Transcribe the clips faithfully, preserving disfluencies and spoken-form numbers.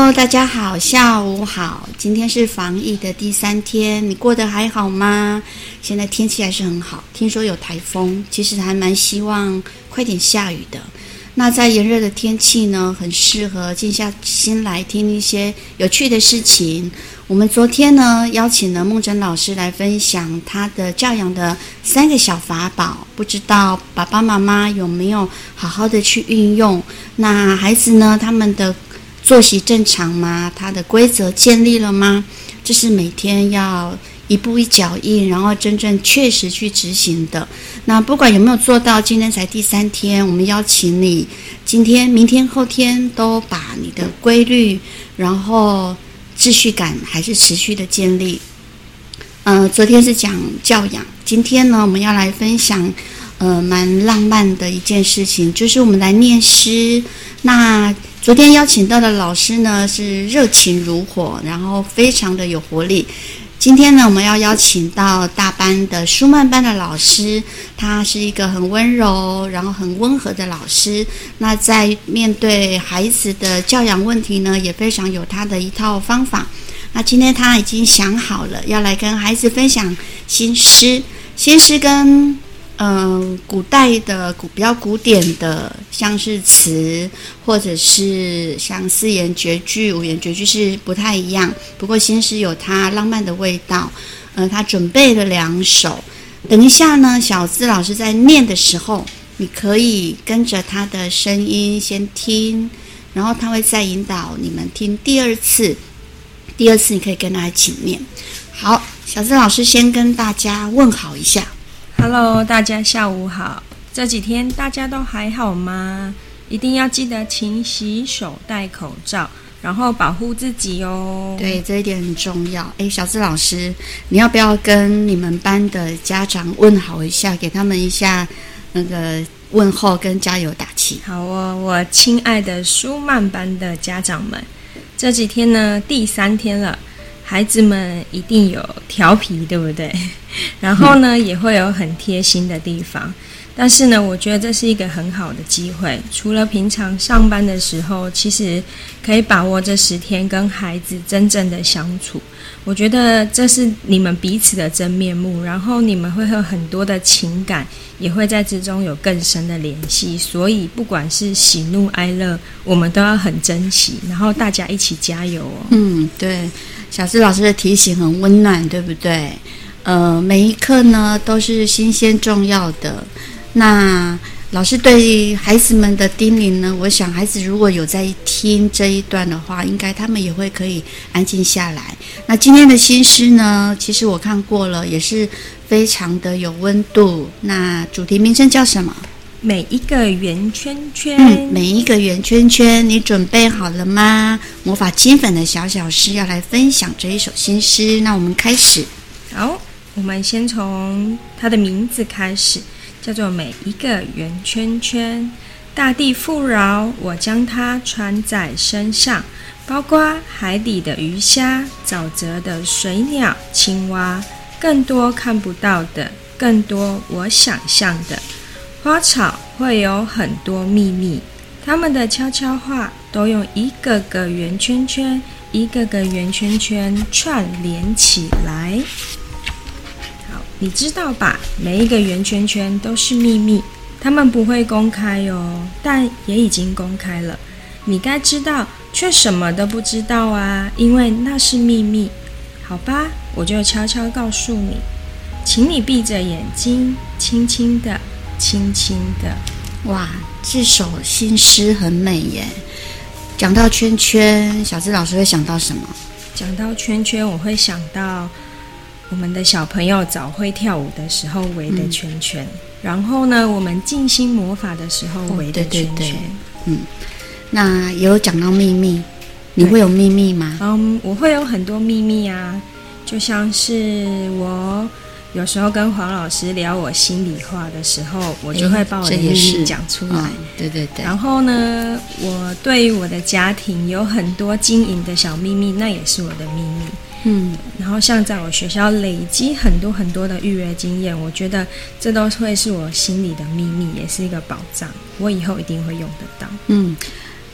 Hello， 大家好，下午好。今天是防疫的第三天，你过得还好吗？现在天气还是很好，听说有台风，其实还蛮希望快点下雨的。那在炎热的天气呢，很适合静下心来听一些有趣的事情。我们昨天呢，邀请了梦真老师来分享他的教养的三个小法宝，不知道爸爸妈妈有没有好好的去运用？那孩子呢，他们的作息正常吗？他的规则建立了吗？这是每天要一步一脚印，然后真正确实去执行的。那不管有没有做到，今天才第三天，我们邀请你今天、明天、后天都把你的规律，然后秩序感还是持续的建立。呃，昨天是讲教养，今天呢，我们要来分享呃蛮浪漫的一件事情，就是我们来念诗。那昨天邀请到的老师呢是热情如火，然后非常的有活力。今天呢，我们要邀请到大班的舒曼班的老师，他是一个很温柔，然后很温和的老师。那在面对孩子的教养问题呢，也非常有他的一套方法。那今天他已经想好了，要来跟孩子分享新诗。新诗跟嗯，古代的古比较古典的，像是词，或者是像四言绝句、五言绝句是不太一样。不过新诗有它浪漫的味道。呃，他准备了两首。等一下呢，小资老师在念的时候，你可以跟着他的声音先听，然后他会再引导你们听第二次。第二次你可以跟他一起念。好，小资老师先跟大家问好一下。 Hello， 大家下午好。这几天大家都还好吗？一定要记得勤洗手、戴口罩，然后保护自己哦。 对，这一点很重要。诶，小资老师，你要不要跟你们班的家长问好一下，给他们一下那个问候跟加油打气？ 好哦，我亲爱的舒曼班的家长们，这几天呢，第三天了。孩子们一定有调皮，对不对？然后呢，也会有很贴心的地方。但是呢，我觉得这是一个很好的机会。除了平常上班的时候，其实可以把握这十天跟孩子真正的相处。我觉得这是你们彼此的真面目，然后你们会有很多的情感，也会在之中有更深的联系。所以不管是喜怒哀乐，我们都要很珍惜，然后大家一起加油哦。 嗯，对，小资老师的提醒很温暖，对不对？呃，每一刻呢都是新鲜重要的。那老师对孩子们的叮咛呢，我想孩子如果有在听这一段的话，应该他们也会可以安静下来。那今天的新诗呢，其实我看过了，也是非常的有温度。那主题名称叫什么？ 每一个圆圈圈。 嗯，每一个圆圈圈，你准备好了吗？魔法金粉的小小诗要来分享这一首新诗，那我们开始。 好，我们先从它的名字开始，叫做每一个圆圈圈。大地富饶，我将它穿在身上，包括海底的鱼虾、沼泽的水鸟、青蛙，更多看不到的，更多我想象的。花草会有很多秘密，它们的悄悄话都用一个个圆圈圈，一个个圆圈圈串联起来。好，你知道吧？每一个圆圈圈都是秘密，它们不会公开哦，但也已经公开了。你该知道，却什么都不知道啊，因为那是秘密。好吧，我就悄悄告诉你，请你闭着眼睛，轻轻的。轻轻的。 哇，这首新诗很美耶。讲到圈圈，小资老师会想到什么？ 讲到圈圈，我会想到我们的小朋友早会跳舞的时候围的圈圈、嗯、然后呢，我们静心魔法的时候围的圈圈、哦、对对对。 嗯，那也有讲到秘密，你会有秘密吗？ 嗯，我会有很多秘密啊，就像是我有时候跟黄老师聊我心里话的时候，我就会把我的秘密讲出来、嗯、 对对对。 然后呢，我对于我的家庭有很多经营的小秘密，那也是我的秘密。嗯，然后像在我学校累积很多很多的育儿经验，我觉得这都会是我心里的秘密，也是一个宝藏，我以后一定会用得到。 嗯，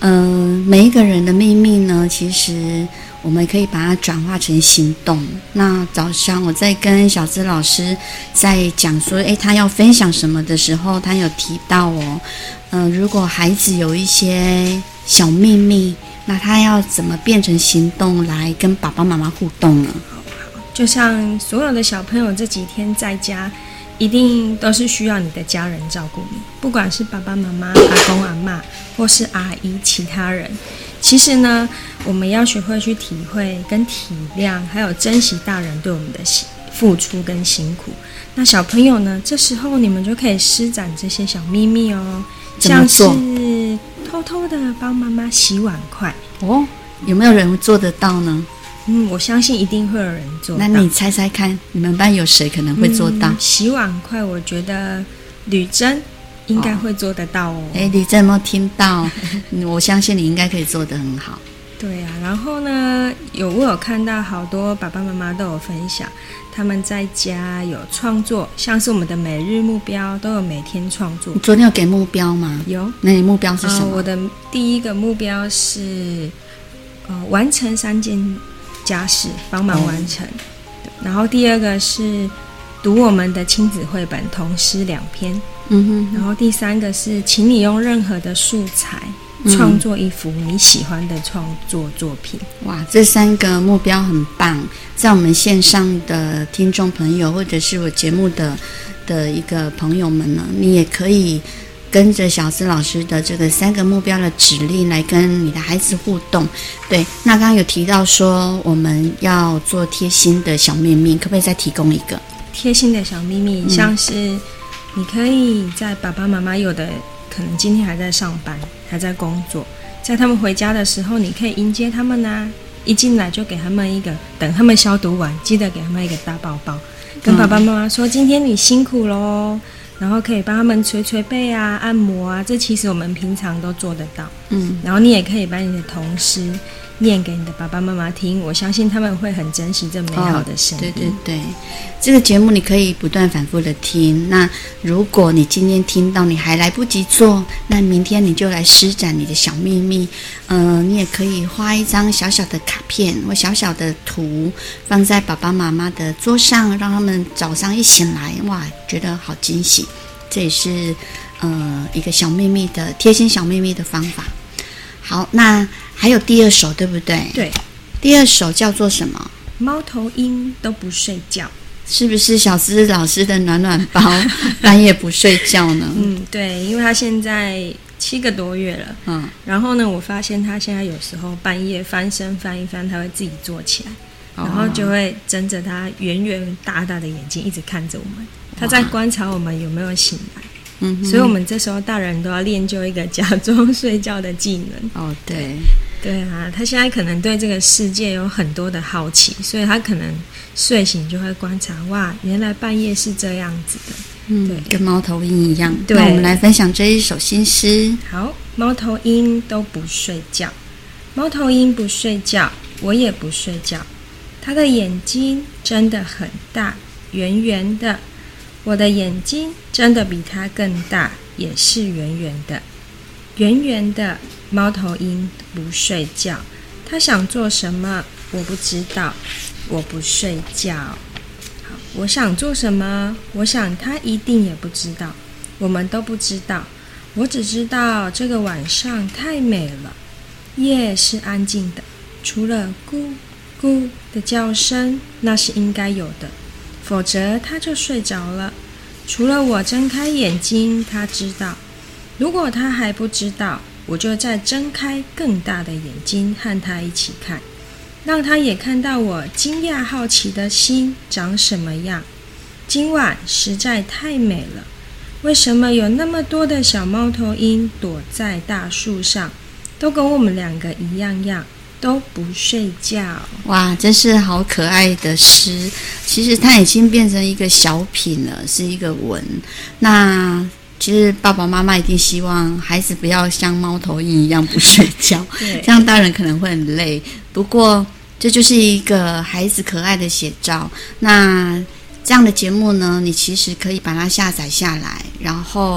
呃，每一个人的秘密呢，其实我们可以把它转化成行动。那早上我在跟小姿老师在讲说，诶，他要分享什么的时候，他有提到哦，呃，如果孩子有一些小秘密，那他要怎么变成行动来跟爸爸妈妈互动呢？ 就像所有的小朋友这几天在家，一定都是需要你的家人照顾你，不管是爸爸妈妈、阿公阿嬷，或是阿姨其他人。其实呢，我们要学会去体会跟体谅，还有珍惜大人对我们的付出跟辛苦。那小朋友呢，这时候你们就可以施展这些小秘密哦，像是偷偷的帮妈妈洗碗筷哦。有没有人做得到呢？ 嗯，我相信一定会有人做到。 那你猜猜看，你们班有谁可能会做到？ 嗯、洗碗筷，我觉得吕珍应该会做得到哦。 哎、哦，吕珍有没有听到？我相信你应该可以做得很好。 对啊，然后呢，有我有看到好多爸爸妈妈都有分享，他们在家有创作，像是我们的每日目标都有每天创作。 你昨天有给目标吗？ 有。 那你目标是什么？ 呃、我的第一个目标是呃完成三件家事，帮忙完成、哦、然后第二个是读我们的亲子绘本童诗两篇，嗯哼哼，然后第三个是请你用任何的素材创作一幅你喜欢的创作作品、 嗯、哇，这三个目标很棒，在我们线上的听众朋友或者是我节目的的一个朋友们呢，你也可以跟着小姿老师的这个三个目标的指令来跟你的孩子互动。对，那刚刚有提到说我们要做贴心的小秘密，可不可以再提供一个贴心的小秘密、嗯、像是你可以在爸爸妈妈有的可能今天还在上班还在工作，在他们回家的时候，你可以迎接他们啊，一进来就给他们一个，等他们消毒完记得给他们一个大抱抱，跟爸爸妈妈说、嗯、今天你辛苦咯，然后可以帮他们捶捶背啊、按摩啊，这其实我们平常都做得到。嗯，然后你也可以把你的童诗念给你的爸爸妈妈听，我相信他们会很珍惜这美好的声音。 哦、对对对，这个节目你可以不断反复的听。那如果你今天听到你还来不及做，那明天你就来施展你的小秘密。嗯、呃，你也可以画一张小小的卡片或小小的图，放在爸爸妈妈的桌上，让他们早上一醒来，哇，觉得好惊喜。这也是呃一个小秘密的贴心小秘密的方法。好，那还有第二首对不对？ 对， 第二首叫做什么？ 猫头鹰都不睡觉， 是不是小姿老师的暖暖包半夜不睡觉呢？ 嗯，对，因为他现在七个多月了，嗯，然后呢，我发现他现在有时候半夜翻身翻一翻，他会自己坐起来，哦、然后就会睁着他圆圆大大的眼睛一直看着我们，他在观察我们有没有醒来。嗯、所以我们这时候大人都要练就一个假装睡觉的技能。哦，对，对啊，他现在可能对这个世界有很多的好奇，所以他可能睡醒就会观察，哇，原来半夜是这样子的。嗯，对， 跟猫头鹰一样。对，那我们来分享这一首新诗。 好，猫头鹰都不睡觉，猫头鹰不睡觉，我也不睡觉。他的眼睛真的很大，圆圆的。我的眼睛真的比它更大，也是圆圆的。圆圆的猫头鹰不睡觉，它想做什么我不知道，我不睡觉。好，我想做什么，我想它一定也不知道，我们都不知道。我只知道这个晚上太美了，夜是安静的，除了咕咕的叫声，那是应该有的，否则他就睡着了。除了我睁开眼睛，他知道。如果他还不知道，我就再睁开更大的眼睛和他一起看，让他也看到我惊讶好奇的心长什么样。今晚实在太美了，为什么有那么多的小猫头鹰躲在大树上，都跟我们两个一样样，都不睡觉。 哇，真是好可爱的诗。其实它已经变成一个小品了，是一个文。那其实爸爸妈妈一定希望孩子不要像猫头鹰一样不睡觉这样大人可能会很累，不过这就是一个孩子可爱的写照。那这样的节目呢，你其实可以把它下载下来，然后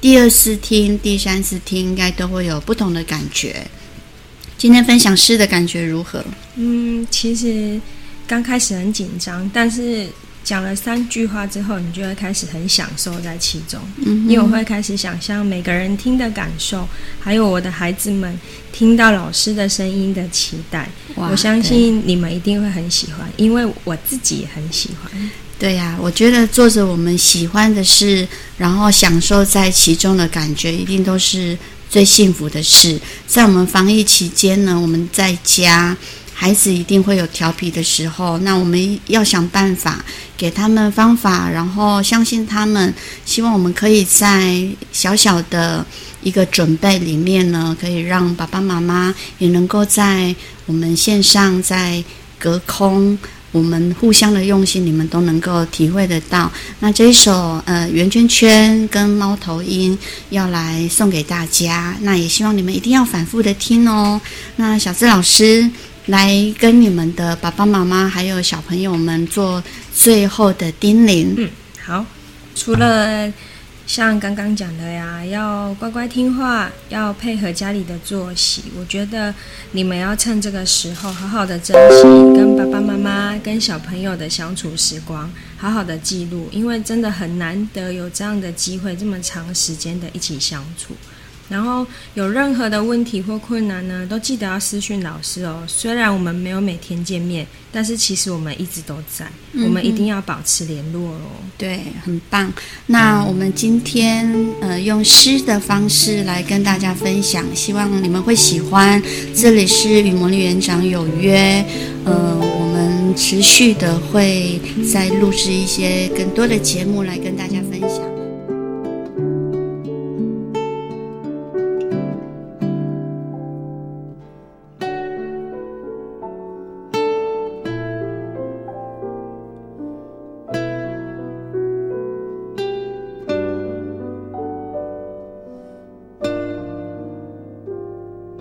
第二次听、第三次听，应该都会有不同的感觉。今天分享诗的感觉如何？ 嗯，其实刚开始很紧张，但是讲了三句话之后，你就会开始很享受在其中。嗯，因为我会开始想象每个人听的感受，还有我的孩子们听到老师的声音的期待。我相信你们一定会很喜欢，因为我自己也很喜欢。 对呀、啊，我觉得做着我们喜欢的事，然后享受在其中的感觉，一定都是最幸福的事。在我们防疫期间呢，我们在家，孩子一定会有调皮的时候，那我们要想办法给他们方法，然后相信他们，希望我们可以在小小的一个准备里面呢，可以让爸爸妈妈也能够在我们线上，在隔空，我们互相的用心，你们都能够体会得到。那这一首呃圆圈圈跟猫头鹰要来送给大家，那也希望你们一定要反复的听哦。那小姿老师来跟你们的爸爸妈妈还有小朋友们做最后的叮咛。 嗯，好，除了像刚刚讲的呀，要乖乖听话，要配合家里的作息，我觉得你们要趁这个时候好好的珍惜跟爸爸妈妈跟小朋友的相处时光，好好的记录，因为真的很难得有这样的机会，这么长时间的一起相处。然后有任何的问题或困难呢，都记得要私讯老师哦。虽然我们没有每天见面，但是其实我们一直都在，嗯、我们一定要保持联络哦。 对，很棒。那我们今天呃用诗的方式来跟大家分享，希望你们会喜欢。这里是与魔力园长有约，呃，我们持续的会再录制一些更多的节目来跟大家分享。